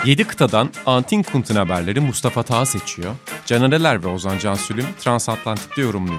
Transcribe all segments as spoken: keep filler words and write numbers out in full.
Yedi kıtadan Antin Kuntin haberleri Mustafa Taha seçiyor. Caner Eler ve Ozan Cansülüm Transatlantik'te yorumluyor.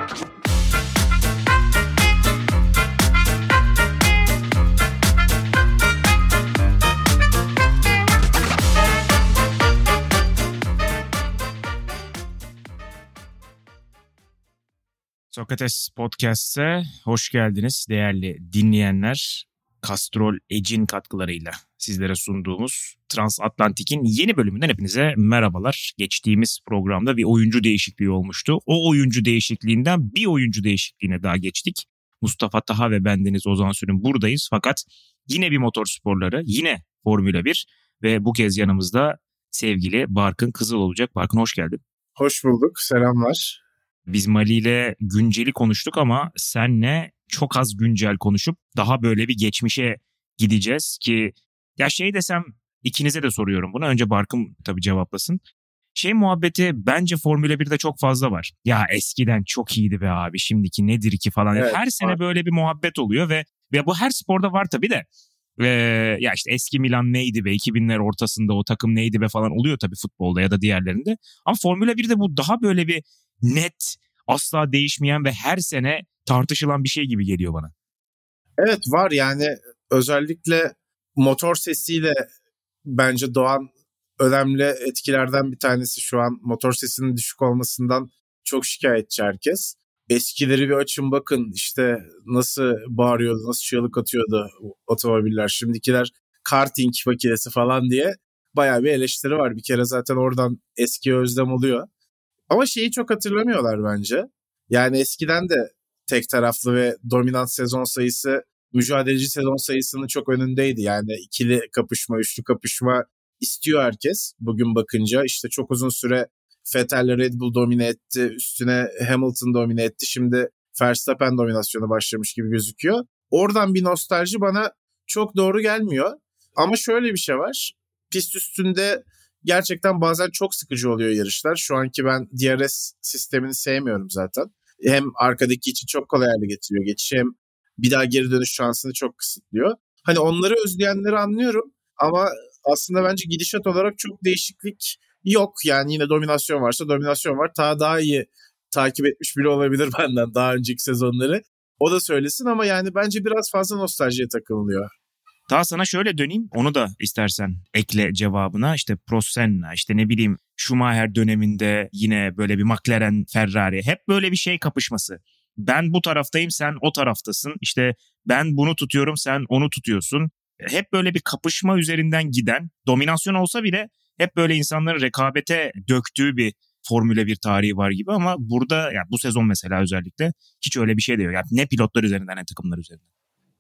Sokrates Podcast'e hoş geldiniz değerli dinleyenler. Castrol Edge'in katkılarıyla sizlere sunduğumuz Transatlantik'in yeni bölümünden hepinize merhabalar. Geçtiğimiz programda bir oyuncu değişikliği olmuştu. O oyuncu değişikliğinden bir oyuncu değişikliğine daha geçtik. Mustafa Taha ve bendeniz Ozan Sürün buradayız. Fakat yine bir motorsporları, yine Formula bir ve bu kez yanımızda sevgili Barkın Kızıl olacak. Barkın hoş geldin. Hoş bulduk, selamlar. Biz Mali ile günceli konuştuk ama senle çok az güncel konuşup daha böyle bir geçmişe gideceğiz ki ya şey desem ikinize de soruyorum bunu. Önce Barkın tabii cevaplasın. Şey muhabbeti bence Formula birde çok fazla var. Ya eskiden çok iyiydi be abi, şimdiki nedir ki falan. Evet, her sene var. Böyle bir muhabbet oluyor ve ve bu her sporda var tabii de. Ee, ya işte eski Milan neydi be, iki binler ortasında o takım neydi be falan oluyor tabii futbolda ya da diğerlerinde. Ama Formula birde bu daha böyle bir net, asla değişmeyen ve her sene tartışılan bir şey gibi geliyor bana. Evet var, yani özellikle motor sesiyle bence doğan önemli etkilerden bir tanesi şu an motor sesinin düşük olmasından çok şikayetçi herkes. Eskileri bir açın bakın, işte nasıl bağırıyordu, nasıl çığlık atıyordu otomobiller. Şimdikiler karting makinesi falan diye bayağı bir eleştiri var. Bir kere zaten oradan eskiye özlem oluyor. Ama şeyi çok hatırlamıyorlar bence. Yani eskiden de tek taraflı ve dominant sezon sayısı mücadeleci sezon sayısının çok önündeydi. Yani ikili kapışma, üçlü kapışma istiyor herkes. Bugün bakınca işte çok uzun süre Vettel'le Red Bull domine etti. Üstüne Hamilton domine etti. Şimdi Verstappen dominasyonu başlamış gibi gözüküyor. Oradan bir nostalji bana çok doğru gelmiyor. Ama şöyle bir şey var. Pist üstünde gerçekten bazen çok sıkıcı oluyor yarışlar. Şu anki ben D R S sistemini sevmiyorum zaten. Hem arkadaki için çok kolay hale getiriyor geçişi, hem bir daha geri dönüş şansını çok kısıtlıyor. Hani onları özleyenleri anlıyorum ama aslında bence gidişat olarak çok değişiklik yok. Yani yine dominasyon varsa dominasyon var. Ta daha iyi takip etmiş biri olabilir benden daha önceki sezonları. O da söylesin ama yani bence biraz fazla nostaljiye takılıyor. Daha sana şöyle döneyim, onu da istersen ekle cevabına. İşte Prost Senna, işte ne bileyim Schumacher döneminde yine böyle bir McLaren Ferrari, hep böyle bir şey kapışması. Ben bu taraftayım, sen o taraftasın. İşte ben bunu tutuyorum, sen onu tutuyorsun. Hep böyle bir kapışma üzerinden giden, dominasyon olsa bile hep böyle insanların rekabete döktüğü bir Formula bir tarihi var gibi. Ama burada yani bu sezon mesela özellikle hiç öyle bir şey de yok. Yani ne pilotlar üzerinden ne takımlar üzerinden.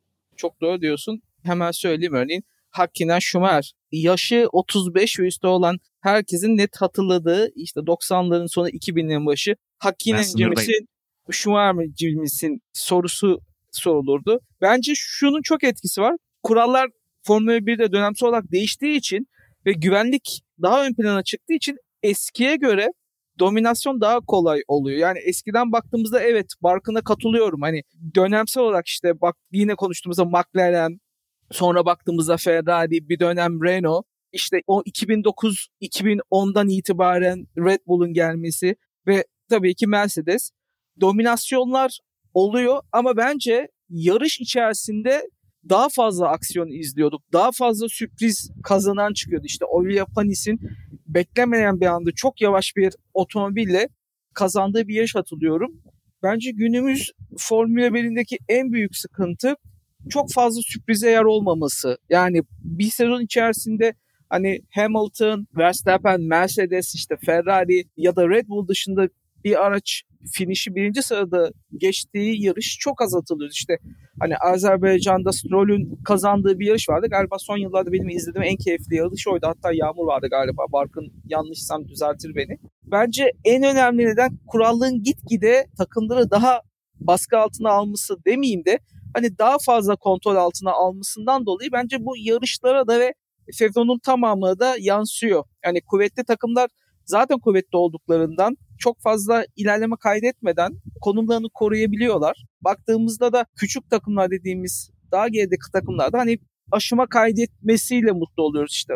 Çok doğru diyorsun. Hemen söyleyeyim, örneğin Hakkinen Schumacher. Yaşı otuz beş ve üstü olan herkesin net hatırladığı işte doksanların sonu iki binlerin başı Hakkinen misin, Schumacher misin sorusu sorulurdu. Bence şunun çok etkisi var. Kurallar Formula birde dönemsel olarak değiştiği için ve güvenlik daha ön plana çıktığı için eskiye göre dominasyon daha kolay oluyor. Yani eskiden baktığımızda evet, Barkın'a katılıyorum. Hani dönemsel olarak işte bak yine konuştuğumuzda McLaren, sonra baktığımızda Ferrari, bir dönem Renault, işte o iki bin dokuz iki bin ondan itibaren Red Bull'un gelmesi ve tabii ki Mercedes. Dominasyonlar oluyor ama bence yarış içerisinde daha fazla aksiyon izliyorduk. Daha fazla sürpriz kazanan çıkıyordu. İşte Olivia Panis'in beklemeyen bir anda çok yavaş bir otomobille kazandığı bir yarış hatırlıyorum. Bence günümüz Formula birindeki en büyük sıkıntı çok fazla sürprize yer olmaması. Yani bir sezon içerisinde hani Hamilton, Verstappen, Mercedes, işte Ferrari ya da Red Bull dışında bir araç finişi birinci sırada geçtiği yarış çok az hatırlıyoruz. İşte hani Azerbaycan'da Stroll'ün kazandığı bir yarış vardı. Galiba son yıllarda benim izlediğim en keyifli yarış oydu. Hatta yağmur vardı galiba. Barkın yanlışsam düzeltir beni. Bence en önemli neden kurallığın gitgide takımları daha baskı altına alması demeyeyim de hani daha fazla kontrol altına almasından dolayı bence bu yarışlara da ve sezonun tamamına da yansıyor. Yani kuvvetli takımlar zaten kuvvetli olduklarından çok fazla ilerleme kaydetmeden konumlarını koruyabiliyorlar. Baktığımızda da küçük takımlar dediğimiz daha gerideki takımlarda hani aşama kaydetmesiyle mutlu oluyoruz işte.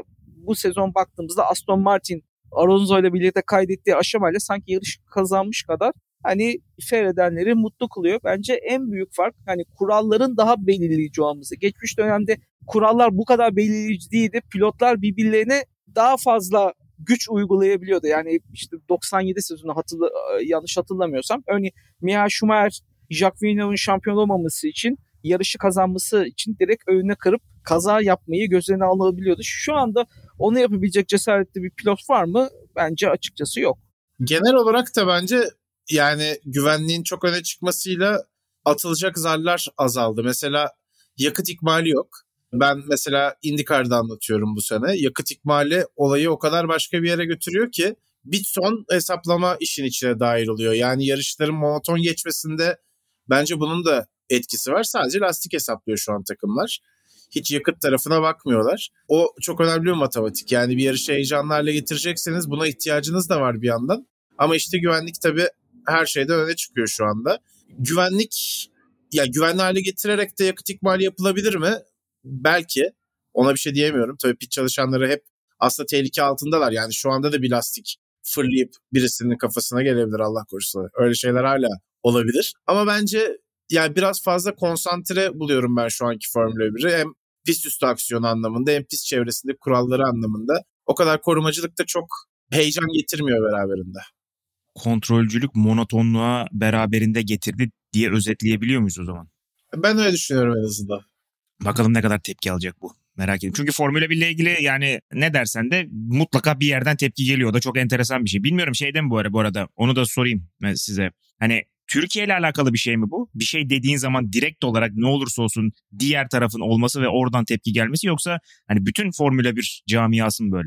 bu sezon baktığımızda Aston Martin Alonso ile birlikte kaydettiği aşamayla sanki yarış kazanmış kadar hani seyredenleri mutlu kılıyor. Bence en büyük fark hani kuralların daha belirleyici olması. Geçmiş dönemde kurallar bu kadar belirleyici değildi. Pilotlar birbirlerine daha fazla güç uygulayabiliyordu. Yani işte doksan yedi sezonu hatırla, yanlış hatırlamıyorsam. Örneğin Michael Schumacher, Jacques Villeneuve'ın şampiyon olmaması için, yarışı kazanması için direkt önüne kırıp kaza yapmayı göz önüne alabiliyordu. Şu anda onu yapabilecek cesaretli bir pilot var mı? Bence açıkçası yok. Genel olarak da bence yani güvenliğin çok öne çıkmasıyla atılacak zarlar azaldı. Mesela yakıt ikmali yok. Ben mesela IndyCar'da anlatıyorum bu sene. Yakıt ikmali olayı o kadar başka bir yere götürüyor ki bir ton hesaplama işin içine dahil oluyor. Yani yarışların monoton geçmesinde bence bunun da etkisi var. Sadece lastik hesaplıyor şu an takımlar. Hiç yakıt tarafına bakmıyorlar. O çok önemli bir matematik. Yani bir yarışı heyecanlı hale getirecekseniz buna ihtiyacınız da var bir yandan. Ama işte güvenlik tabii her şeyden öne çıkıyor şu anda. Güvenlik, ya güvenli hale getirerek de yakıt ikmali yapılabilir mi? Belki. Ona bir şey diyemiyorum. Tabii pit çalışanları hep aslında tehlike altındalar. Yani şu anda da bir lastik fırlayıp birisinin kafasına gelebilir, Allah korusun. Öyle şeyler hala olabilir. Ama bence yani biraz fazla konsantre buluyorum ben şu anki Formula biri. Hem pist üstü aksiyonu anlamında hem pist çevresinde kuralları anlamında. O kadar korumacılık da çok heyecan getirmiyor beraberinde. Kontrolcülük monotonluğa beraberinde getirdi diye özetleyebiliyor muyuz o zaman? Ben öyle düşünüyorum en azından. Bakalım ne kadar tepki alacak bu. Merak ediyorum. Çünkü Formula bir ile ilgili yani ne dersen de mutlaka bir yerden tepki geliyor. O da çok enteresan bir şey. Bilmiyorum şeyden bu arada, bu arada onu da sorayım ben size. Hani Türkiye ile alakalı bir şey mi bu? Bir şey dediğin zaman direkt olarak ne olursa olsun diğer tarafın olması ve oradan tepki gelmesi, yoksa hani bütün Formula bir camiası mı böyle?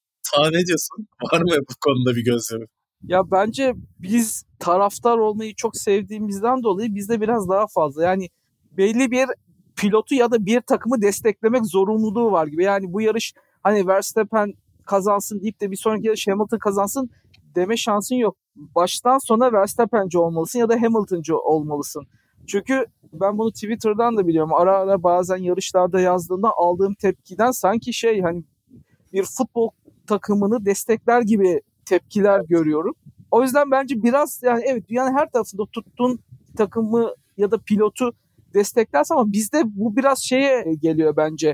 Ta ne diyorsun? Var mı bu konuda bir gözlemi? Ya bence biz taraftar olmayı çok sevdiğimizden dolayı bizde biraz daha fazla. Yani belli bir pilotu ya da bir takımı desteklemek zorunluluğu var gibi. Yani bu yarış hani Verstappen kazansın deyip de bir sonraki yarış Hamilton kazansın deme şansın yok. Baştan sona Verstappen'ci olmalısın ya da Hamilton'cı olmalısın. Çünkü ben bunu Twitter'dan da biliyorum. Ara ara bazen yarışlarda yazdığımda aldığım tepkiden sanki şey hani bir futbol takımını destekler gibi tepkiler görüyorum. O yüzden bence biraz yani evet dünyanın her tarafında tuttuğun takımı ya da pilotu desteklersin ama bizde bu biraz şeye geliyor bence.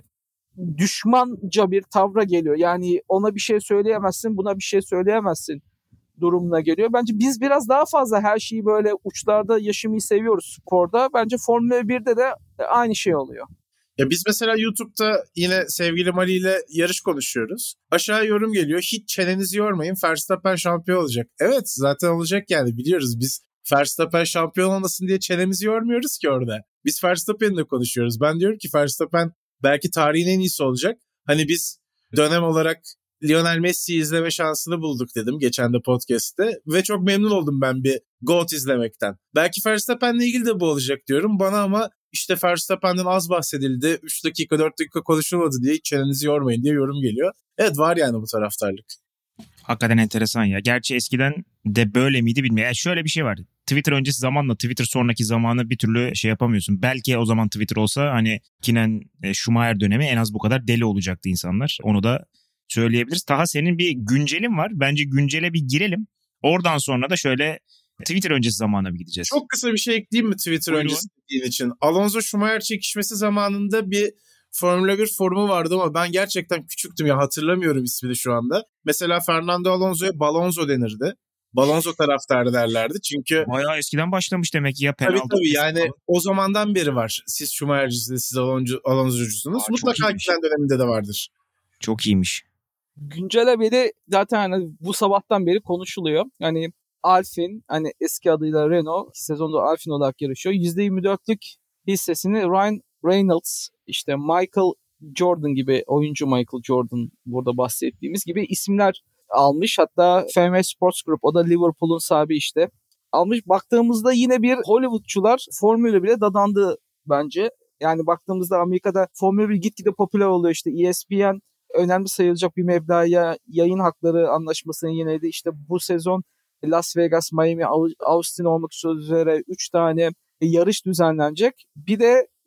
Düşmanca bir tavra geliyor. Yani ona bir şey söyleyemezsin, buna bir şey söyleyemezsin durumuna geliyor. Bence biz biraz daha fazla her şeyi böyle uçlarda yaşamayı seviyoruz sporda. Bence Formula birde de aynı şey oluyor. Ya biz mesela YouTube'da yine sevgili Mali ile yarış konuşuyoruz. Aşağı yorum geliyor. Hiç çenenizi yormayın. Verstappen şampiyon olacak. Evet zaten olacak yani biliyoruz. Biz Verstappen şampiyon olmasın diye çenemizi yormuyoruz ki orada. Biz Verstappen'le konuşuyoruz. Ben diyorum ki Verstappen belki tarihin en iyisi olacak. Hani biz dönem olarak Lionel Messi'yi izleme şansını bulduk dedim geçen de podcast'te. Ve çok memnun oldum ben bir GOAT izlemekten. Belki Verstappen'le ilgili de bu olacak diyorum. Bana ama işte Verstappen'den az bahsedildi. üç dakika dört dakika konuşulmadı diye hiç çenenizi yormayın diye yorum geliyor. Evet var yani bu taraftarlık. Hakikaten enteresan ya. Gerçi eskiden de böyle miydi bilmiyorum. Yani şöyle bir şey var. Twitter öncesi zamanla Twitter sonraki zamanı bir türlü şey yapamıyorsun. Belki o zaman Twitter olsa hani Kinen Schumacher dönemi en az bu kadar deli olacaktı insanlar. Onu da söyleyebiliriz. Taha senin bir güncelin var. Bence güncele bir girelim. Oradan sonra da şöyle Twitter öncesi zamana bir gideceğiz. Çok kısa bir şey ekleyeyim mi Twitter Buyurun. öncesi dediğin için? Alonso Schumacher çekişmesi zamanında bir Formula bir forumu vardı ama ben gerçekten küçüktüm ya hatırlamıyorum ismini şu anda. Mesela Fernando Alonso'ya Balonzo denirdi. Balonzo taraftarı derlerdi çünkü... Bayağı eskiden başlamış demek ki ya. Tabii tabii yani falan. O zamandan beri var. Siz Schumacher'cisiniz, siz Alonso, Alonso'cusunuz. Aa, mutlaka giden döneminde de vardır. Çok iyiymiş. Güncel haberi zaten hani bu sabahtan beri konuşuluyor. Hani Alpine hani eski adıyla Renault sezonda Alpine olarak yarışıyor. yüzde yirmi dörtlük hissesini Ryan Reynolds, işte Michael Jordan gibi oyuncu Michael Jordan burada bahsettiğimiz gibi isimler almış. Hatta F M Sports Group, o da Liverpool'un sahibi işte, almış. Baktığımızda yine bir Hollywoodçular Formula bire dadandı bence. Yani baktığımızda Amerika'da Formula bir gitgide popüler oluyor. İşte E S P N önemli sayılacak bir meblağa yayın hakları anlaşmasını yeniledi. İşte bu sezon Las Vegas, Miami, Austin olmak üzere üç tane yarış düzenlenecek. Bir de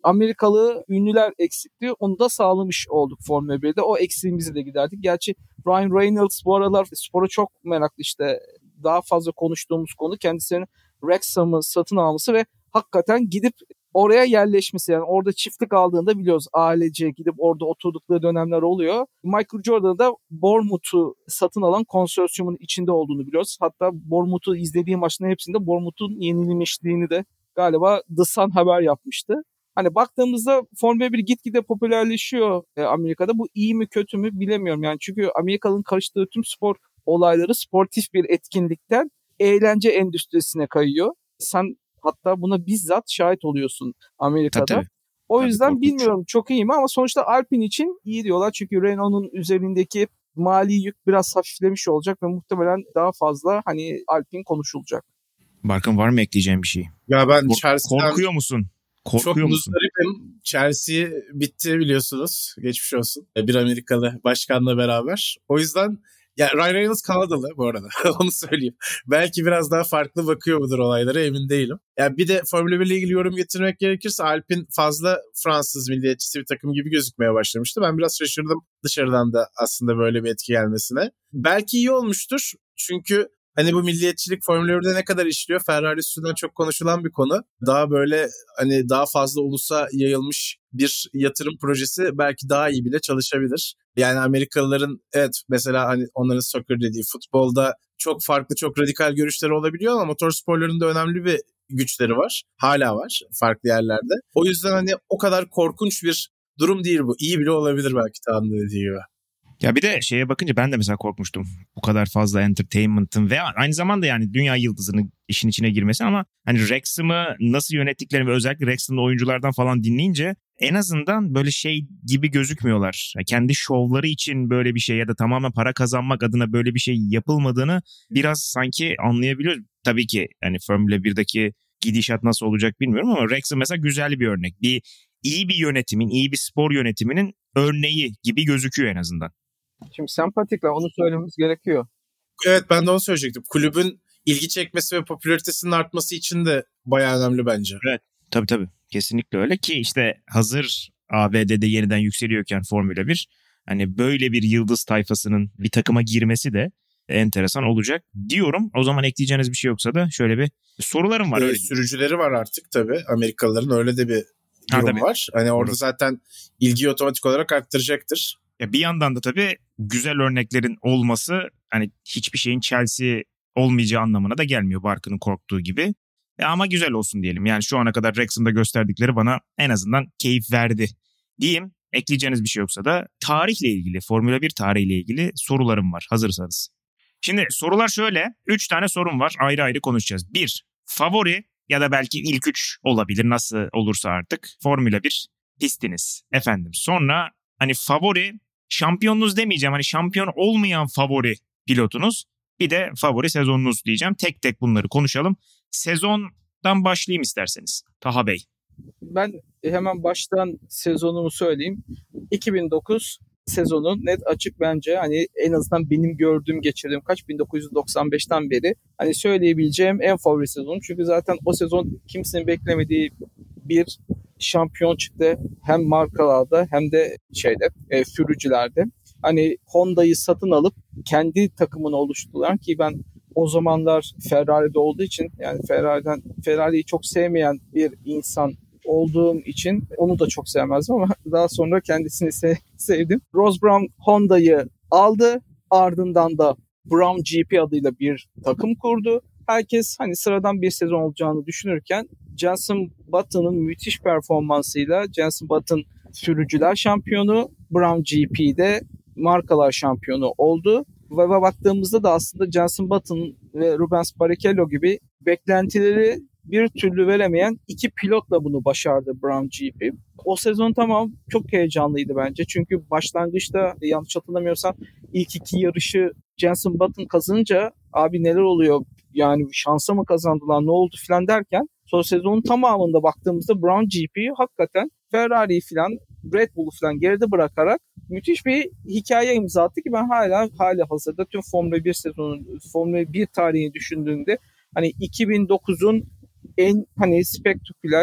Amerikalı ünlüler eksikliği, onu da sağlamış olduk Formula birde. O eksiğimizi de giderdik. Gerçi Ryan Reynolds bu aralar spora çok meraklı işte. Daha fazla konuştuğumuz konu kendisinin Wrexham'ı satın alması ve hakikaten gidip oraya yerleşmesi. Yani orada çiftlik aldığında biliyoruz ailece gidip orada oturdukları dönemler oluyor. Michael Jordan da Bournemouth'u satın alan konsorsiyumun içinde olduğunu biliyoruz. Hatta Bournemouth'u izlediği maçların hepsinde Bournemouth'un yenilmişliğini de galiba The Sun haber yapmıştı. Hani baktığımızda Formula bir gitgide popülerleşiyor Amerika'da. Bu iyi mi kötü mü bilemiyorum. Yani çünkü Amerikalı'nın karıştığı tüm spor olayları sportif bir etkinlikten eğlence endüstrisine kayıyor. Sen hatta buna bizzat şahit oluyorsun Amerika'da. Tabii, tabii. O tabii, yüzden korkunç. bilmiyorum çok iyi mi ama sonuçta Alpine için iyi diyorlar. Çünkü Renault'un üzerindeki mali yük biraz hafiflemiş olacak ve muhtemelen daha fazla hani Alpine konuşulacak. Barkın, var mı ekleyeceğin bir şey? Ya ben Kork- Chelsea'den korkuyor musun? Korkuyor çok musun? muzdaripim. Chelsea bitti biliyorsunuz. Geçmiş olsun. Bir Amerikalı başkanla beraber. O yüzden ya Ryan Reynolds Kanadalı bu arada. Onu söyleyeyim. Belki biraz daha farklı bakıyor mudur olaylara, emin değilim. Ya bir de Formula bir ile ilgili yorum getirmek gerekirse Alpine fazla Fransız milliyetçisi bir takım gibi gözükmeye başlamıştı. Ben biraz şaşırdım dışarıdan da aslında böyle bir etki gelmesine. Belki iyi olmuştur. Çünkü hani bu milliyetçilik Formula birde ne kadar işliyor? Ferrari üstünden çok konuşulan bir konu. Daha böyle hani daha fazla ulusa yayılmış bir yatırım projesi belki daha iyi bile çalışabilir. Yani Amerikalıların evet mesela hani onların soccer dediği futbolda çok farklı, çok radikal görüşleri olabiliyor ama motorsporlarında önemli bir güçleri var. Hala var farklı yerlerde. O yüzden hani o kadar korkunç bir durum değil bu. İyi bile olabilir belki Tanrı dediği gibi. Ya bir de şeye bakınca ben de mesela korkmuştum. Bu kadar fazla entertainment'ın ve aynı zamanda yani dünya yıldızının işin içine girmesi ama hani Wrexham'ı nasıl yönettiklerini ve özellikle Wrexham'lı oyunculardan falan dinleyince en azından böyle şey gibi gözükmüyorlar. Yani kendi şovları için böyle bir şey ya da tamamen para kazanmak adına böyle bir şey yapılmadığını biraz sanki anlayabiliyoruz. Tabii ki yani Formula birdeki gidişat nasıl olacak bilmiyorum ama Wrexham mesela güzel bir örnek. Bir iyi bir yönetimin, iyi bir spor yönetiminin örneği gibi gözüküyor en azından. Şimdi sempatikler, onu söylememiz gerekiyor. Evet, ben de onu söyleyecektim. Kulübün ilgi çekmesi ve popülaritesinin artması için de bayağı önemli bence. Evet, tabii tabii. Kesinlikle öyle ki işte hazır A B D'de yeniden yükseliyorken Formula bir hani böyle bir yıldız tayfasının bir takıma girmesi de enteresan olacak diyorum. O zaman ekleyeceğiniz bir şey yoksa da şöyle bir sorularım var. Ee, Öyle sürücüleri var artık tabii. Amerikalıların öyle de bir Ha, durum tabii. var. Hani orada Doğru. zaten ilgiyi otomatik olarak arttıracaktır. Ya bir yandan da tabii güzel örneklerin olması hani hiçbir şeyin Chelsea olmayacağı anlamına da gelmiyor Barkın'ın korktuğu gibi. E ama güzel olsun diyelim. Yani şu ana kadar Wrexham'da gösterdikleri bana en azından keyif verdi diyeyim. Ekleyeceğiniz bir şey yoksa da tarihle ilgili, Formula bir tarihiyle ilgili sorularım var hazırsanız. Şimdi sorular şöyle. Üç tane sorum var. Ayrı ayrı konuşacağız. Bir, favori ya da belki ilk üç olabilir nasıl olursa artık. Formula bir pistiniz efendim. Sonra hani favori, şampiyonunuz demeyeceğim. Hani şampiyon olmayan favori pilotunuz. Bir de favori sezonunuz diyeceğim. Tek tek bunları konuşalım. Sezondan başlayayım isterseniz. Taha Bey. Ben hemen baştan sezonumu söyleyeyim. iki bin dokuz sezonu net açık bence. Hani en azından benim gördüğüm, geçirdiğim kaç bin dokuz yüz doksan beşten beri hani söyleyebileceğim en favori sezon. Çünkü zaten o sezon kimsenin beklemediği bir şampiyon çıktı. Hem markalarda hem de şeyde e, sürücülerde. Hani Honda'yı satın alıp kendi takımını oluşturdular ki ben o zamanlar Ferrari'de olduğu için yani Ferrari'den Ferrari'yi çok sevmeyen bir insan olduğum için onu da çok sevmezdim ama daha sonra kendisini sev- sevdim. Ross Brown Honda'yı aldı. Ardından da Brown G P adıyla bir takım kurdu. Herkes hani sıradan bir sezon olacağını düşünürken Jenson Button'ın müthiş performansıyla Jenson Button sürücüler şampiyonu, Brown G P'de markalar şampiyonu oldu. Ve baktığımızda da aslında Jenson Button ve Rubens Barrichello gibi beklentileri bir türlü veremeyen iki pilotla bunu başardı Brown G P. O sezon tamam çok heyecanlıydı bence. Çünkü başlangıçta yanlış hatırlamıyorsam ilk iki yarışı Jenson Button kazanınca abi neler oluyor? Yani şansa mı kazandılar ne oldu filan derken son sezonun tamamında baktığımızda Brown G P hakikaten Ferrari'yi filan Red Bull'u filan geride bırakarak müthiş bir hikaye imza attı ki ben hala hala hazırda tüm Formula bir sezonu, Formula bir tarihini düşündüğümde hani iki bin dokuzun en hani spektaküler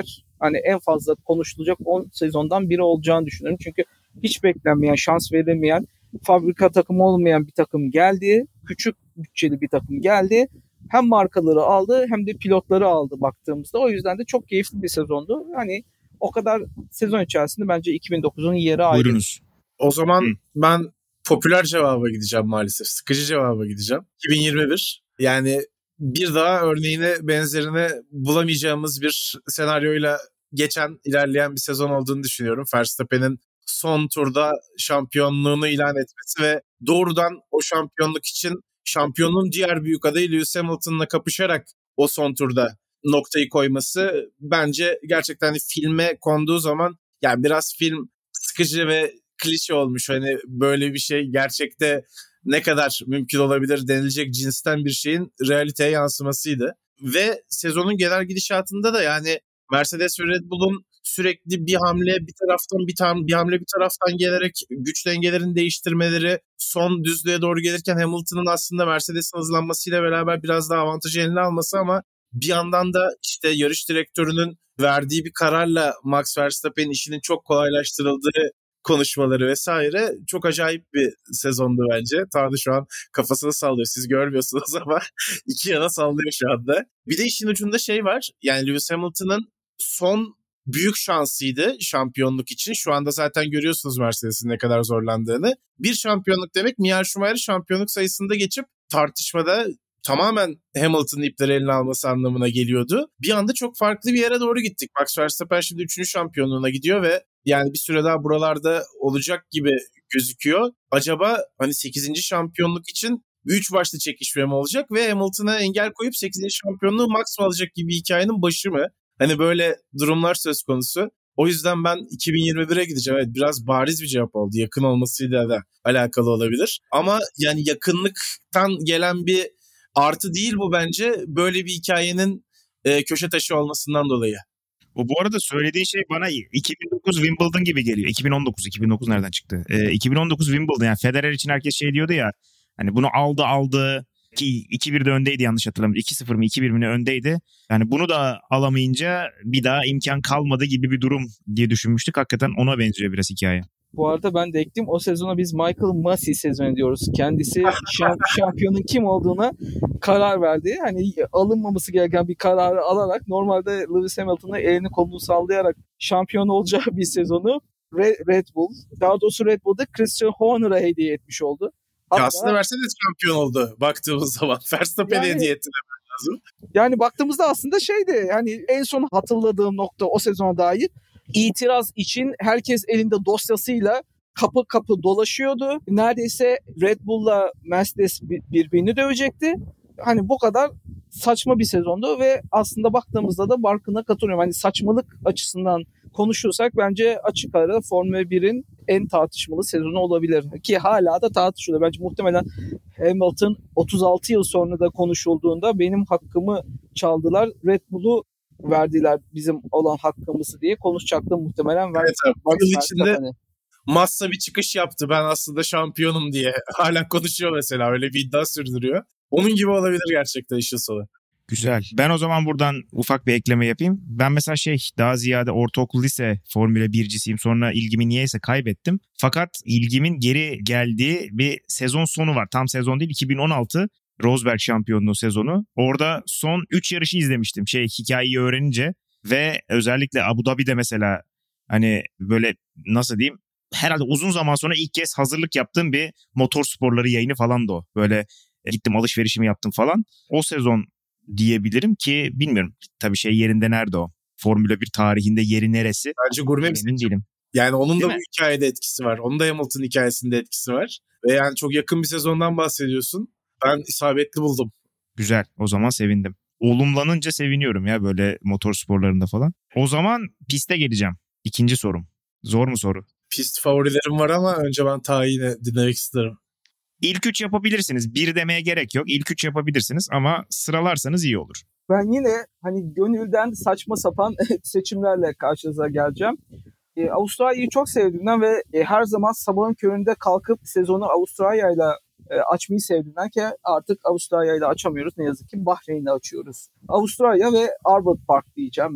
hani en fazla konuşulacak on sezondan biri olacağını düşünüyorum. Çünkü hiç beklenmeyen, şans verilmeyen, fabrika takımı olmayan bir takım geldi. Küçük bütçeli bir takım geldi. Hem markaları aldı hem de pilotları aldı baktığımızda. O yüzden de çok keyifli bir sezondu. Hani o kadar sezon içerisinde bence iki bin dokuzun yeri ayrı. Buyurunuz. O zaman Hı. ben popüler cevaba gideceğim maalesef. Sıkıcı cevaba gideceğim. iki bin yirmi bir. Yani bir daha örneğine benzerini bulamayacağımız bir senaryoyla geçen, ilerleyen bir sezon olduğunu düşünüyorum. Verstappen'in son turda şampiyonluğunu ilan etmesi ve doğrudan o şampiyonluk için şampiyonun diğer büyük adayı Lewis Hamilton'la kapışarak o son turda noktayı koyması bence gerçekten filme konduğu zaman yani biraz film sıkıcı ve klişe olmuş. Hani böyle bir şey gerçekte ne kadar mümkün olabilir denilecek cinsten bir şeyin realiteye yansımasıydı. Ve sezonun genel gidişatında da yani Mercedes ve Red Bull'un sürekli bir hamle bir taraftan bir, tam, bir hamle bir taraftan gelerek güç dengelerini değiştirmeleri, son düzlüğe doğru gelirken Hamilton'ın aslında Mercedes'in hızlanmasıyla beraber biraz daha avantajı eline alması ama bir yandan da işte yarış direktörünün verdiği bir kararla Max Verstappen'in işinin çok kolaylaştırıldığı konuşmaları vesaire çok acayip bir sezondu bence. Tanrı şu an kafasını sallıyor. Siz görmüyorsunuz ama iki yana sallıyor şu anda. Bir de işin ucunda şey var. Yani Lewis Hamilton'ın son büyük şansıydı şampiyonluk için. Şu anda zaten görüyorsunuz Mercedes'in ne kadar zorlandığını. Bir şampiyonluk demek Michael Schumacher'ı şampiyonluk sayısında geçip tartışmada tamamen Hamilton'ın ipleri eline alması anlamına geliyordu. Bir anda çok farklı bir yere doğru gittik. Max Verstappen şimdi üçüncü şampiyonluğuna gidiyor ve yani bir süre daha buralarda olacak gibi gözüküyor. Acaba hani sekizinci şampiyonluk için üç başlı çekişme mi olacak ve Hamilton'a engel koyup sekizinci şampiyonluğu Max mı alacak gibi hikayenin başı mı? Hani böyle durumlar söz konusu. O yüzden ben iki bin yirmi bire gideceğim. Evet, biraz bariz bir cevap oldu. Yakın olmasıyla da alakalı olabilir. Ama yani yakınlıktan gelen bir artı değil bu bence. Böyle bir hikayenin e, köşe taşı olmasından dolayı. O bu arada söylediğin şey bana iki bin dokuz Wimbledon gibi geliyor. iki bin on dokuz, iki bin dokuz nereden çıktı? Ee, iki bin on dokuz Wimbledon, yani Federer için herkes şey diyordu ya. Hani bunu aldı aldı ki iki birde öndeydi yanlış hatırlamıyorum. iki sıfır mı iki bir mi ne öndeydi. Yani bunu da alamayınca bir daha imkan kalmadı gibi bir durum diye düşünmüştük. Hakikaten ona benziyor biraz hikaye. Bu arada ben de ekleyeyim. O sezona biz Michael Masi sezonu diyoruz. Kendisi şamp- şampiyonun kim olduğuna karar verdi. Hani alınmaması gereken bir kararı alarak normalde Lewis Hamilton'a elini kolunu sallayarak şampiyon olacağı bir sezonu Red Bull, daha doğrusu Red Bull'da Christian Horner'a hediye etmiş oldu. Hatta, ya aslında Mercedes şampiyon oldu baktığımız zaman. Verstappen'e yani, hediye ettiler lazım. Yani baktığımızda aslında şeydi, yani en son hatırladığım nokta o sezona dair itiraz için herkes elinde dosyasıyla kapı kapı dolaşıyordu. Neredeyse Red Bull'la Mercedes birbirini dövecekti. Hani bu kadar saçma bir sezondu ve aslında baktığımızda da Barkın'a katılıyorum. Hani saçmalık açısından konuşursak bence açık ara Formula birin en tartışmalı sezonu olabilir. Ki hala da tartışılıyor. Bence muhtemelen Hamilton otuz altı yıl sonra da konuşulduğunda benim hakkımı çaldılar, Red Bull'u verdiler bizim olan hakkımızı diye konuşacaktım muhtemelen. Evet abi, bu yıl içinde hani. Massa bir çıkış yaptı, ben aslında şampiyonum diye. Hala konuşuyor mesela, öyle bir iddia sürdürüyor. Onun gibi olabilir gerçekten işin sonu. Güzel. Ben o zaman buradan ufak bir ekleme yapayım. Ben mesela şey daha ziyade ortaokul lise Formula bircisiyim. Sonra ilgimi niyeyse kaybettim. Fakat ilgimin geri geldiği bir sezon sonu var. Tam sezon değil, iki bin on altı Rosberg şampiyonluğu sezonu. Orada son üç yarışı izlemiştim şey hikayeyi öğrenince. Ve özellikle Abu Dhabi'de mesela hani böyle nasıl diyeyim, herhalde uzun zaman sonra ilk kez hazırlık yaptığım bir motor sporları yayını falan da o. Böyle gittim alışverişimi yaptım falan. O sezon diyebilirim ki bilmiyorum tabii şey yerinde nerede o? Formula bir tarihinde yeri neresi? Bence gurme bir emin değilim. Yani onun Değil da mi? bu hikayede etkisi var. Onun da Hamilton hikayesinde etkisi var. Ve yani çok yakın bir sezondan bahsediyorsun. Ben isabetli buldum. Güzel. O zaman sevindim. Olumlanınca seviniyorum ya böyle motor sporlarında falan. O zaman piste geleceğim. İkinci sorum. Zor mu soru? Pist favorilerim var ama önce ben tayini dinlemek isterim. İlk üç yapabilirsiniz. Bir demeye gerek yok. İlk üç yapabilirsiniz ama sıralarsanız iyi olur. Ben yine hani gönülden saçma sapan seçimlerle karşınıza geleceğim. Ee, Avustralya'yı çok sevdiğimden ve e, her zaman sabahın köründe kalkıp sezonu Avustralya'yla e, açmayı sevdiğimden ki artık Avustralya'yla açamıyoruz. Ne yazık ki Bahreyn'le açıyoruz. Avustralya ve Albert Park diyeceğim ben.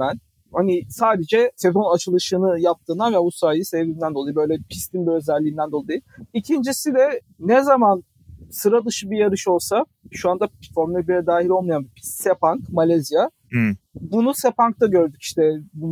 hani sadece sezon açılışını yaptığından ve Avustralya'yı sevdiğinden dolayı, böyle pistin bir özelliğinden dolayı. İkincisi de ne zaman sıra dışı bir yarış olsa, şu anda Formula bire dahil olmayan bir pist, Sepang, Malezya. Hmm. Bunu Sepang'da gördük işte.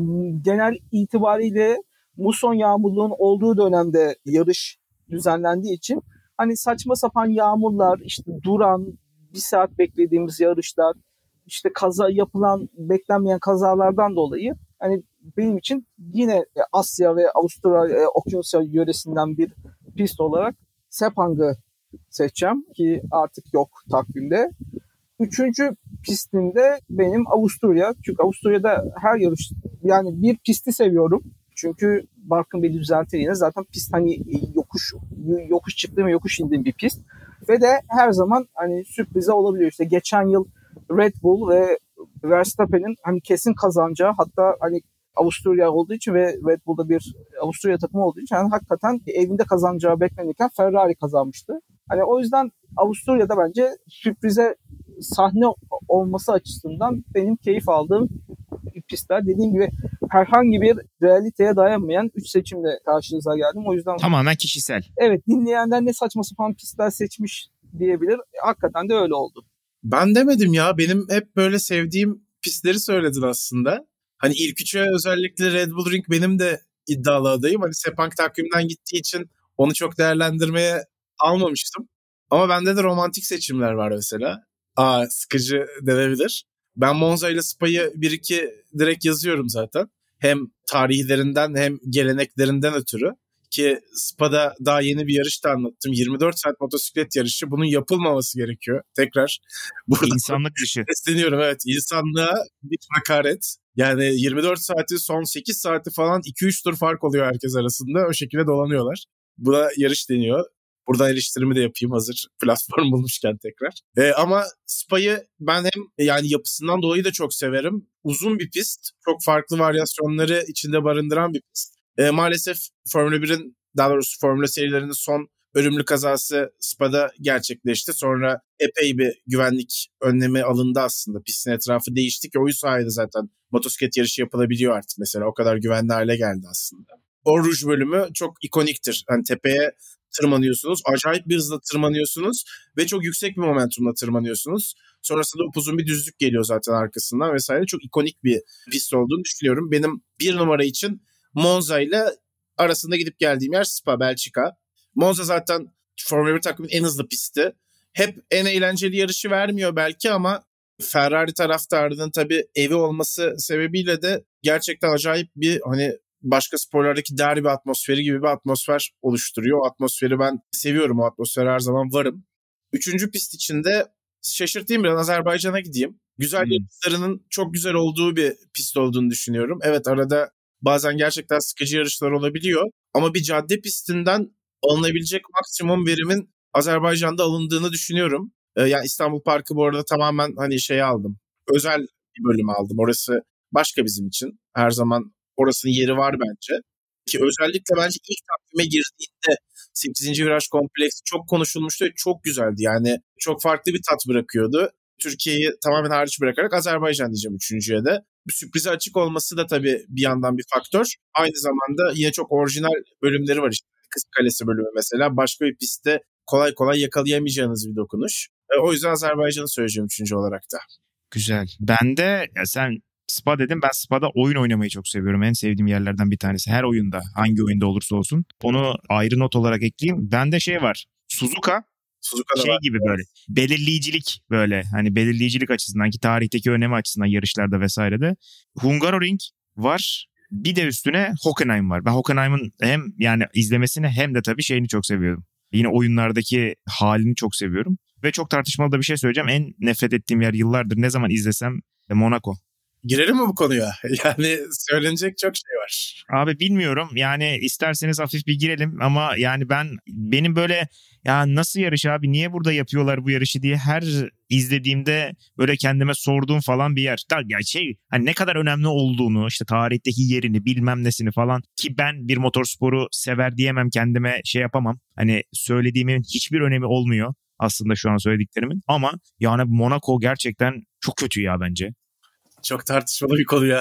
Genel itibariyle muson yağmurluğun olduğu dönemde yarış düzenlendiği için hani saçma sapan yağmurlar, işte duran, bir saat beklediğimiz yarışlar, işte kaza yapılan, beklenmeyen kazalardan dolayı hani benim için yine Asya ve Avustralya, Okyanusya yöresinden bir pist olarak Sepang'ı seçeceğim ki artık yok takvimde. Üçüncü pistinde benim Avusturya. Çünkü Avusturya'da her yarış, yani bir pisti seviyorum. Çünkü Barkın beni düzeltir yine. Zaten pist hani yokuş yokuş çıktığım, yokuş indiğim bir pist. Ve de her zaman hani sürprize olabiliyor. İşte geçen yıl Red Bull ve Verstappen'in hani kesin kazanacağı, hatta hani Avusturya olduğu için ve Red Bull'da bir Avusturya takımı olduğu için yani hakikaten evinde kazanacağı beklenirken Ferrari kazanmıştı. Hani o yüzden Avusturya'da bence sürprize sahne olması açısından benim keyif aldığım pistler. Dediğim gibi herhangi bir realiteye dayanmayan üç seçimle karşınıza geldim. O yüzden tamamen kişisel. Evet, dinleyenler ne saçma sapan pistler seçmiş diyebilir. Hakikaten de öyle oldu. Ben demedim ya. Benim hep böyle sevdiğim pistleri söyledin aslında. Hani ilk üçe özellikle Red Bull Ring benim de iddialı adayım. Hani Sepang takvimden gittiği için onu çok değerlendirmeye almamıştım. Ama bende de romantik seçimler var mesela. Aa, sıkıcı denebilir. Ben Monza ile Spa'yı bir iki direkt yazıyorum zaten. Hem tarihlerinden hem geleneklerinden ötürü. Ki Spa'da daha yeni bir yarış da anlattım. yirmi dört saat motosiklet yarışı. Bunun yapılmaması gerekiyor. Tekrar burada İnsanlık dışı. sesleniyorum. Evet, insanlığa bir hakaret. Yani yirmi dört saati, son sekiz saati falan iki üç tur fark oluyor herkes arasında. O şekilde dolanıyorlar. Buna yarış deniyor. Buradan eleştirimi de yapayım hazır platform bulmuşken tekrar. Ee, ama Spa'yı ben hem yani yapısından dolayı da çok severim. Uzun bir pist. Çok farklı varyasyonları içinde barındıran bir pist. Ee, maalesef Formula birin, daha doğrusu Formula serilerinin son ölümlü kazası Spa'da gerçekleşti. Sonra epey bir güvenlik önlemi alındı aslında. Pistin etrafı değişti ki o sayede zaten motosiklet yarışı yapılabiliyor artık mesela. O kadar güvenli hale geldi aslında. O Rouge bölümü çok ikoniktir. Hani tepeye tırmanıyorsunuz. Acayip bir hızla tırmanıyorsunuz ve çok yüksek bir momentumla tırmanıyorsunuz. Sonrasında upuzun bir düzlük geliyor zaten arkasından vesaire. Çok ikonik bir pist olduğunu düşünüyorum. Benim bir numara için Monza ile arasında gidip geldiğim yer Spa, Belçika. Monza zaten Formula bir takımın en hızlı pisti. Hep en eğlenceli yarışı vermiyor belki ama Ferrari taraftarının tabii evi olması sebebiyle de gerçekten acayip bir hani başka sporlardaki derbi atmosferi gibi bir atmosfer oluşturuyor. O atmosferi ben seviyorum. O atmosfere her zaman varım. Üçüncü pist içinde şaşırtayım biraz, Azerbaycan'a gideyim. Güzel Hmm. yarışlarının çok güzel olduğu bir pist olduğunu düşünüyorum. Evet, arada bazen gerçekten sıkıcı yarışlar olabiliyor. Ama bir cadde pistinden alınabilecek maksimum verimin Azerbaycan'da alındığını düşünüyorum. Ee, yani İstanbul Parkı bu arada tamamen hani şey aldım. Özel bir bölüm aldım. Orası başka bizim için. Her zaman orasının yeri var bence. Ki özellikle bence ilk takvime girdiğinde sekizinci viraj kompleksi çok konuşulmuştu ve çok güzeldi. Yani çok farklı bir tat bırakıyordu. Türkiye'yi tamamen hariç bırakarak Azerbaycan diyeceğim üçüncüye de. Bir sürprize açık olması da tabii bir yandan bir faktör. Aynı zamanda yine çok orijinal bölümleri var işte. Kız Kalesi bölümü mesela. Başka bir pistte kolay kolay yakalayamayacağınız bir dokunuş. E, o yüzden Azerbaycan'ı söyleyeceğim üçüncü olarak da. Güzel. Ben de ya sen Spa dedim. Ben Spa'da oyun oynamayı çok seviyorum. En sevdiğim yerlerden bir tanesi. Her oyunda, hangi oyunda olursa olsun. Onu ayrı not olarak ekleyeyim. Bende şey var. Suzuka. Suzuka'da Şey var. gibi böyle belirleyicilik, böyle hani belirleyicilik açısından ki tarihteki önemi açısından yarışlarda vesairede. Hungaroring var. Bir de üstüne Hockenheim var. Ben Hockenheim'ın hem yani izlemesini hem de tabii şeyini çok seviyorum. Yine oyunlardaki halini çok seviyorum. Ve çok tartışmalı da bir şey söyleyeceğim. En nefret ettiğim yer yıllardır ne zaman izlesem Monaco. Girelim mi bu konuya? Yani söylenecek çok şey var. Abi bilmiyorum yani, isterseniz hafif bir girelim ama yani ben benim böyle ya nasıl yarış abi, niye burada yapıyorlar bu yarışı diye her izlediğimde böyle kendime sorduğum falan bir yer. Ya şey hani ne kadar önemli olduğunu, işte tarihteki yerini bilmem nesini falan, ki ben bir motorsporu sever diyemem, kendime şey yapamam. Hani söylediğimin hiçbir önemi olmuyor aslında şu an söylediklerimin, ama yani Monaco gerçekten çok kötü ya bence. Çok tartışmalı bir konu ya.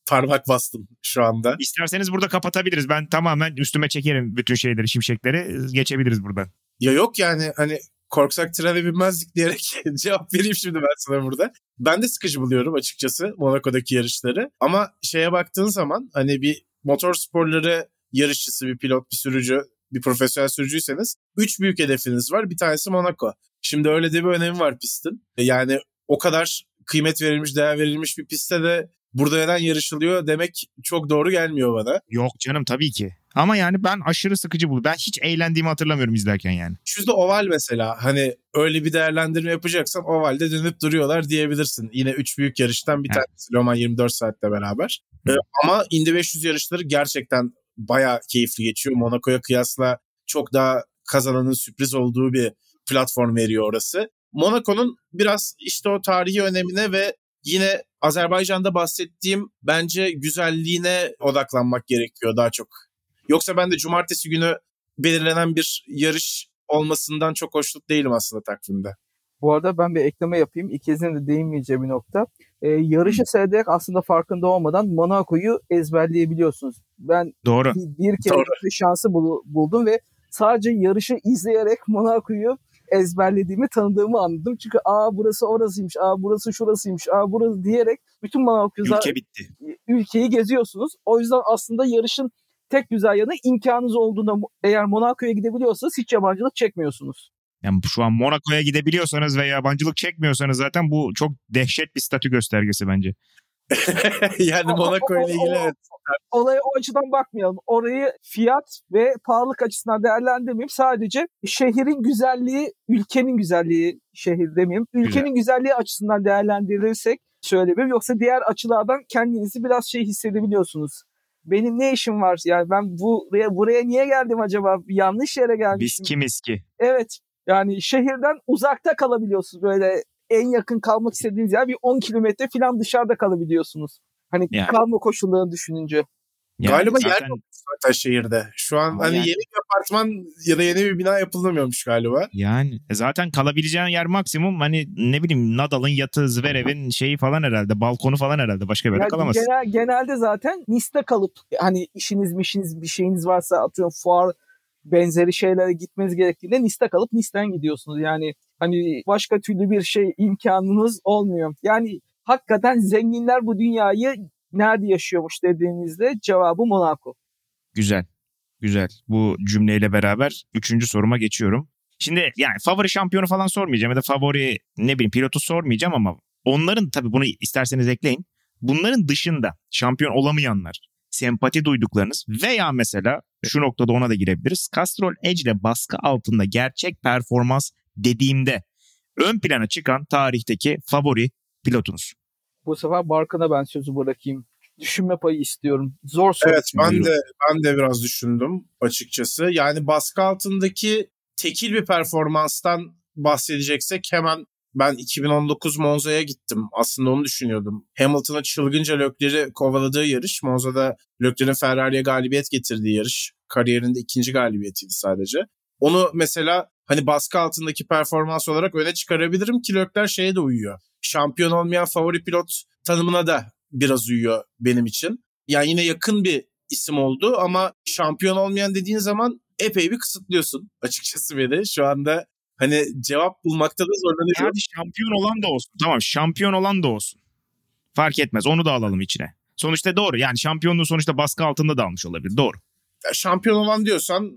parmak bastım şu anda. İsterseniz burada kapatabiliriz. Ben tamamen üstüme çekerim bütün şeyleri, şimşekleri. Geçebiliriz buradan. Ya yok yani hani korksak trene binmezdik diyerek cevap vereyim şimdi ben sana burada. Ben de sıkıcı buluyorum açıkçası Monaco'daki yarışları. Ama şeye baktığın zaman hani bir motor sporları yarışçısı, bir pilot, bir sürücü, bir profesyonel sürücüyseniz üç büyük hedefiniz var. Bir tanesi Monaco. Şimdi öyle de bir önemi var pistin. Yani o kadar kıymet verilmiş, değer verilmiş bir pistte de burada neden yarışılıyor demek çok doğru gelmiyor bana. Yok canım tabii ki. Ama yani ben aşırı sıkıcı buluyorum. Ben hiç eğlendiğimi hatırlamıyorum izlerken yani. Şurada oval mesela hani öyle bir değerlendirme yapacaksan ovalde dönüp duruyorlar diyebilirsin. Yine üç büyük yarıştan bir Evet. tanesi Le Mans yirmi dört saatle beraber. Ee, ama Indy beş yüz yarışları gerçekten bayağı keyifli geçiyor. Monaco'ya kıyasla çok daha kazananın sürpriz olduğu bir platform veriyor orası. Monaco'nun biraz işte o tarihi önemine ve yine Azerbaycan'da bahsettiğim bence güzelliğine odaklanmak gerekiyor daha çok. Yoksa ben de cumartesi günü belirlenen bir yarış olmasından çok hoşnut değilim aslında takvimde. Bu arada ben bir ekleme yapayım. İkinizin de değinmeyeceği bir nokta. Ee, yarışı seyrederek aslında farkında olmadan Monaco'yu ezberleyebiliyorsunuz. Ben Doğru. bir, bir kere Doğru. bir şansı bul- buldum ve sadece yarışı izleyerek Monaco'yu ezberlediğimi, tanıdığımı anladım. Çünkü aa burası orasıymış, aa burası şurasıymış, aa burası diyerek bütün Monaco'yu Ülke bitti. ülkeyi geziyorsunuz. O yüzden aslında yarışın tek güzel yanı imkanınız olduğunda eğer Monaco'ya gidebiliyorsanız hiç yabancılık çekmiyorsunuz. Yani şu an Monaco'ya gidebiliyorsanız ve yabancılık çekmiyorsanız zaten bu çok dehşet bir statü göstergesi bence. Yani Monaco ile ilgili evet. Olaya o açıdan bakmayalım. Orayı fiyat ve pahalılık açısından değerlendirmeyeyim. Sadece şehrin güzelliği, ülkenin güzelliği, şehir demeyeyim. Ülkenin Güzel. güzelliği açısından değerlendirirsek söylemeyeyim. Yoksa diğer açılardan kendinizi biraz şey hissedebiliyorsunuz. Benim ne işim var? Yani ben buraya buraya niye geldim acaba? Yanlış yere gelmişim. Viski miski. Evet. Yani şehirden uzakta kalabiliyorsunuz. Böyle en yakın kalmak istediğiniz yer bir on kilometre falan dışarıda kalabiliyorsunuz. Hani Yani. kalma koşullarını düşününce. Yani Galiba zaten, yer yok zaten şehirde. Şu an Ama hani yani- yeni bir apartman ya da yeni bir bina yapılamıyormuş galiba. Yani zaten kalabileceğin yer maksimum hani ne bileyim Nadal'ın yatı, Zverev'in şeyi falan herhalde, balkonu falan herhalde, başka bir yerde Yani kalamazsın. genel, genelde zaten Nice'te kalıp hani işiniz mişiniz bir şeyiniz varsa atıyorum fuar benzeri şeylere gitmeniz gerektiğinde Nice'te kalıp Nice'ten gidiyorsunuz. Yani hani başka türlü bir şey imkanınız olmuyor. Yani hakikaten zenginler bu dünyayı nerede yaşıyormuş dediğinizde cevabı Monaco. Güzel. Güzel. Bu cümleyle beraber üçüncü soruma geçiyorum. Şimdi yani favori şampiyonu falan sormayacağım ya da favori ne bileyim pilotu sormayacağım ama onların tabii bunu isterseniz ekleyin. Bunların dışında şampiyon olamayanlar, sempati duyduklarınız veya mesela şu noktada ona da girebiliriz. Castrol Edge ile baskı altında gerçek performans dediğimde ön plana çıkan tarihteki favori pilotunuz. Bu sefer Barkın'a ben sözü bırakayım. Düşünme payı istiyorum. Zor soru. Evet ben Buyurun. de ben de biraz düşündüm açıkçası. Yani baskı altındaki tekil bir performanstan bahsedeceksek hemen ben iki bin on dokuz Monza'ya gittim. Aslında onu düşünüyordum. Hamilton'ın çılgınca Leclerc'i kovaladığı yarış. Monza'da Leclerc'in Ferrari'ye galibiyet getirdiği yarış. Kariyerinde ikinci galibiyetiydi sadece. Onu mesela hani baskı altındaki performans olarak öne çıkarabilirim ki Leclerc şeye de uyuyor. Şampiyon olmayan favori pilot tanımına da biraz uyuyor benim için. Yani yine yakın bir isim oldu ama şampiyon olmayan dediğin zaman epey bir kısıtlıyorsun açıkçası beni. Şu anda hani cevap bulmakta da zorlanıyorum. Hadi şampiyon olan da olsun. Tamam, şampiyon olan da olsun. Fark etmez. Onu da alalım içine. Sonuçta doğru. Yani şampiyonluğu sonuçta baskı altında da almış olabilir. Doğru. Ya şampiyon olan diyorsan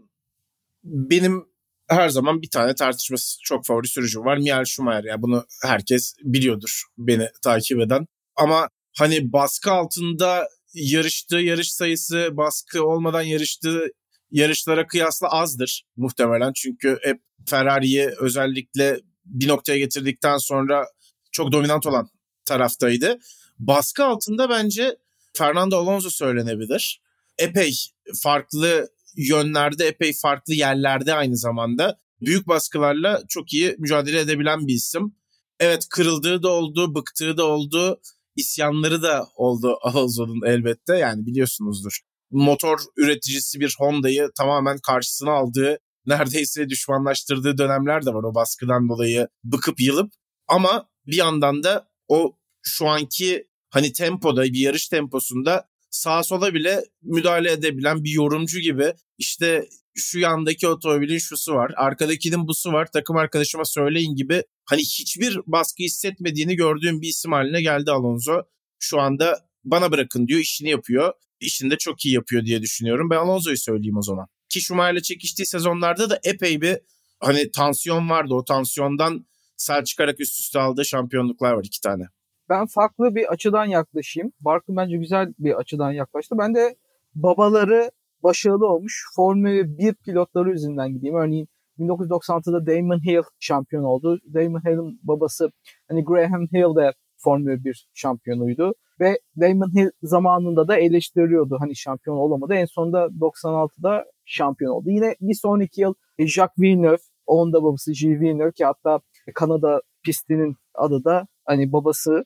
benim her zaman bir tane tartışması çok favori sürücüm var. Michael Schumacher. Ya bunu herkes biliyordur beni takip eden. Ama hani baskı altında yarıştığı yarış sayısı baskı olmadan yarıştığı yarışlara kıyasla azdır muhtemelen. Çünkü hep Ferrari'yi özellikle bir noktaya getirdikten sonra çok dominant olan taraftaydı. Baskı altında bence Fernando Alonso söylenebilir. Epey farklı yönlerde, epey farklı yerlerde aynı zamanda büyük baskılarla çok iyi mücadele edebilen bir isim. Evet, kırıldığı da oldu, bıktığı da oldu, isyanları da oldu Alonso'nun elbette. Yani biliyorsunuzdur. Motor üreticisi bir Honda'yı tamamen karşısına aldığı, neredeyse düşmanlaştırdığı dönemler de var o baskıdan dolayı bıkıp yılıp. Ama bir yandan da o şu anki hani tempoda, bir yarış temposunda sağa sola bile müdahale edebilen bir yorumcu gibi. İşte şu yandaki otomobilin şusu var, arkadakinin busu var, takım arkadaşıma söyleyin gibi hani hiçbir baskı hissetmediğini gördüğüm bir isim haline geldi Alonso. Şu anda bana bırakın diyor, işini yapıyor. İşini de çok iyi yapıyor diye düşünüyorum. Ben Alonso'yu söyleyeyim o zaman. Ki Schumacher'le çekiştiği sezonlarda da epey bir hani tansiyon vardı. O tansiyondan sağ çıkarak üst üste aldığı şampiyonluklar var, iki tane. Ben farklı bir açıdan yaklaşayım. Barkın bence güzel bir açıdan yaklaştı. Ben de babaları başarılı olmuş Formula bir pilotları üzerinden gideyim. Örneğin bin dokuz yüz doksan altıda Damon Hill şampiyon oldu. Damon Hill'in babası hani Graham Hill de Formula bir şampiyonuydu. Ve Damon Hill zamanında da eleştiriyordu. Hani şampiyon olamadı. En sonunda doksan altıda şampiyon oldu. Yine bir sonraki yıl Jacques Villeneuve, onun da babası Gilles Villeneuve ki hatta Kanada pistinin adı da hani babası,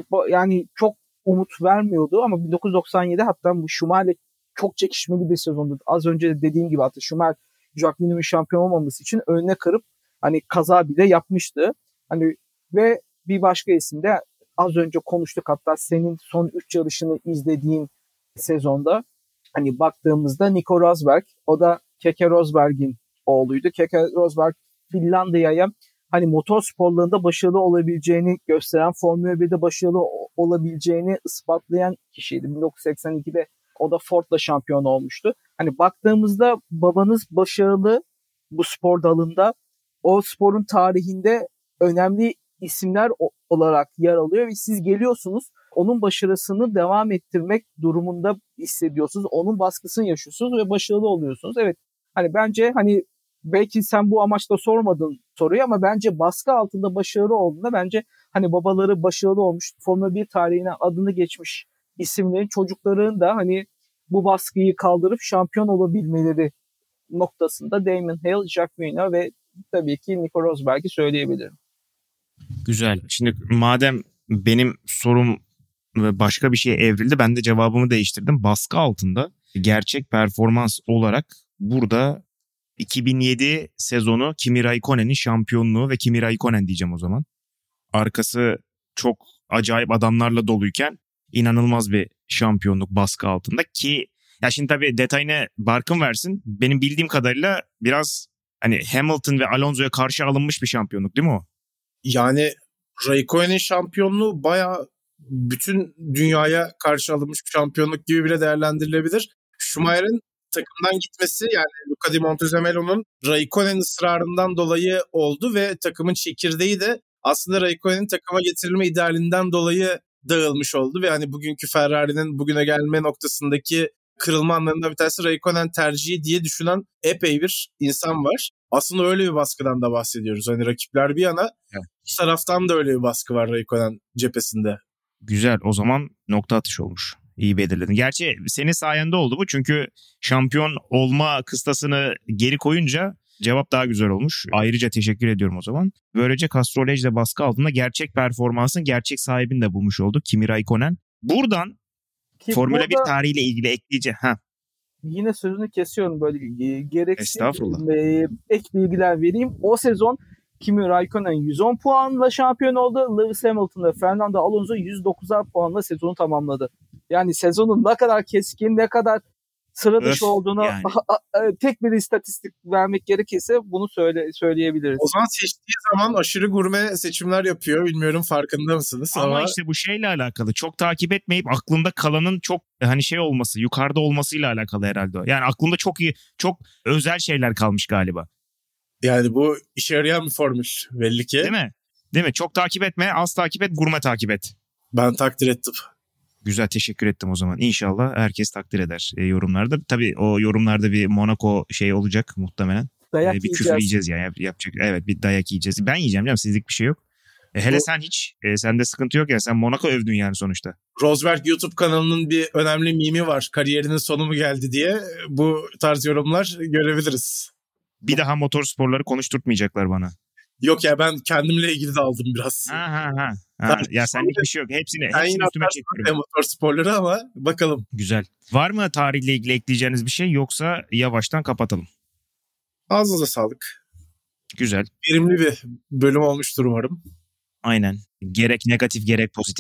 yani çok umut vermiyordu ama bin dokuz yüz doksan yedi hatta bu Schumacher'le çok çekişmeli bir sezondu. Az önce de dediğim gibi hatta Schumacher Jacques Villeneuve'ün şampiyon olmaması için önüne kırıp hani kaza bile yapmıştı. Hani ve bir başka isim de az önce konuştuk, hatta senin son üç yarışını izlediğin sezonda hani baktığımızda Nico Rosberg, o da Keke Rosberg'in oğluydu. Keke Rosberg Finlandiya'ya hani motor sporlarında başarılı olabileceğini gösteren, Formula birde başarılı olabileceğini ispatlayan kişiydi. bin dokuz yüz seksen ikide o da Ford'la şampiyon olmuştu. Hani baktığımızda babanız başarılı bu spor dalında, o sporun tarihinde önemli isimler olarak yer alıyor ve siz geliyorsunuz onun başarısını devam ettirmek durumunda hissediyorsunuz. Onun baskısını yaşıyorsunuz ve başarılı oluyorsunuz. Evet, hani bence hani belki sen bu amaçla sormadın soruyu ama bence baskı altında başarılı olduğunda bence hani babaları başarılı olmuş, Formula bir tarihine adını geçmiş isimlerin çocukların da hani bu baskıyı kaldırıp şampiyon olabilmeleri noktasında Damon Hill, Jacques Villeneuve ve tabii ki Nico Rosberg'i söyleyebilirim. Güzel. Şimdi madem benim sorum başka bir şeye evrildi, ben de cevabımı değiştirdim. Baskı altında gerçek performans olarak burada iki bin yedi sezonu Kimi Räikkönen'in şampiyonluğu ve Kimi Räikkönen diyeceğim o zaman. Arkası çok acayip adamlarla doluyken inanılmaz bir şampiyonluk baskı altında ki ya şimdi tabii detayını Barkın versin. Benim bildiğim kadarıyla biraz hani Hamilton ve Alonso'ya karşı alınmış bir şampiyonluk değil mi o? Yani Räikkönen'in şampiyonluğu bayağı bütün dünyaya karşı alınmış bir şampiyonluk gibi bile değerlendirilebilir. Schumacher'in takımdan gitmesi, yani Luca Di Montezemelo'nun Räikkönen ısrarından dolayı oldu ve takımın çekirdeği de aslında Räikkönen'in takıma getirilme idealinden dolayı dağılmış oldu ve hani bugünkü Ferrari'nin bugüne gelme noktasındaki kırılma anlarından bir tanesi Räikkönen tercihi diye düşünen epey bir insan var. Aslında öyle bir baskıdan da bahsediyoruz. Hani rakipler bir yana, evet. İki taraftan da öyle bir baskı var Räikkönen cephesinde. Güzel, o zaman nokta atışı olmuş. İyi belirledin. Gerçi senin sayende oldu bu, çünkü şampiyon olma kıstasını geri koyunca cevap daha güzel olmuş. Ayrıca teşekkür ediyorum o zaman. Böylece Castrolej'de baskı altında gerçek performansın gerçek sahibini de bulmuş olduk. Kimi Räikkönen. Buradan Ki Formula bir tarihiyle ilgili ekleyeceğim. Ha. Yine sözünü kesiyorum böyle gereksiz Estağfurullah. E, ek bilgiler vereyim. O sezon Kimi Räikkönen yüz on puanla şampiyon oldu. Lewis Hamilton ve Fernando Alonso yüz dokuzar puanla sezonu tamamladı. Yani sezonun ne kadar keskin, ne kadar sıra dışı Öf, olduğunu yani. Tek bir istatistik vermek gerekirse bunu söyle söyleyebiliriz. O zaman seçtiği zaman aşırı gurme seçimler yapıyor. Bilmiyorum farkında mısınız? Ama, ama işte bu şeyle alakalı. Çok takip etmeyip aklında kalanın çok hani şey olması, yukarıda olmasıyla alakalı herhalde o. Yani aklında çok iyi, çok özel şeyler kalmış galiba. Yani bu işe yarayan bir formül belli ki. Değil mi? Değil mi? Çok takip etme, az takip et, gurme takip et. Ben takdir ettim. Güzel, teşekkür ettim o zaman. İnşallah herkes takdir eder e, yorumlarda. Tabii o yorumlarda bir Monaco şey olacak muhtemelen. Dayak e, bir yiyeceğiz. küfür yiyeceğiz ya. Yap, yapacak. Evet, bir dayak yiyeceğiz. Ben yiyeceğim canım, sizlik bir şey yok. E, hele bu, sen hiç, e, sende sıkıntı yok ya. Sen Monaco övdün yani sonuçta. Rosberg YouTube kanalının bir önemli mimi var. Kariyerinin sonu mu geldi diye. Bu tarz yorumlar görebiliriz. Bir daha motor sporları konuşturtmayacaklar bana. Yok ya, ben kendimle ilgili de aldım biraz. Ha ha ha. ha ya senlik bir şey yok. Hepsini, hepsini üstüme çekiyorum. Motor sporları ama bakalım. Güzel. Var mı tarihle ilgili ekleyeceğiniz bir şey, yoksa yavaştan kapatalım? Ağzınıza sağlık. Güzel. Verimli bir bölüm olmuştur umarım. Aynen. Gerek negatif gerek pozitif.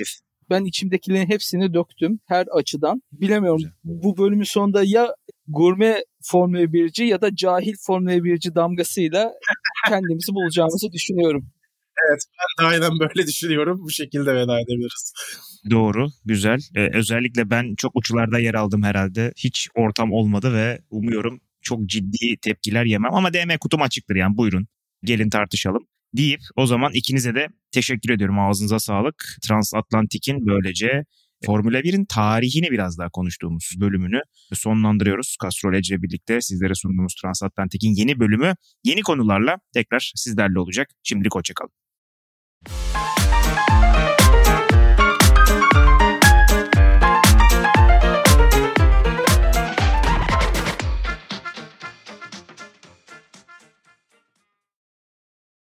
Ben içimdekilerin hepsini döktüm her açıdan. Bilemiyorum, Güzel. bu bölümün sonunda ya gurme Formula birci ya da cahil Formula birci damgasıyla kendimizi bulacağımızı düşünüyorum. Evet, ben de aynen böyle düşünüyorum. Bu şekilde veda edebiliriz. Doğru, güzel. Ee, özellikle ben çok uçlarda yer aldım herhalde. Hiç ortam olmadı ve umuyorum çok ciddi tepkiler yemem. Ama D M kutum açıktır yani, buyurun gelin tartışalım deyip o zaman ikinize de teşekkür ediyorum. Ağzınıza sağlık. Transatlantik'in böylece Formula birin tarihini biraz daha konuştuğumuz bölümünü sonlandırıyoruz. Castrol Edge ile birlikte sizlere sunduğumuz Transatlantik'in yeni bölümü yeni konularla tekrar sizlerle olacak. Şimdilik hoşça kalın.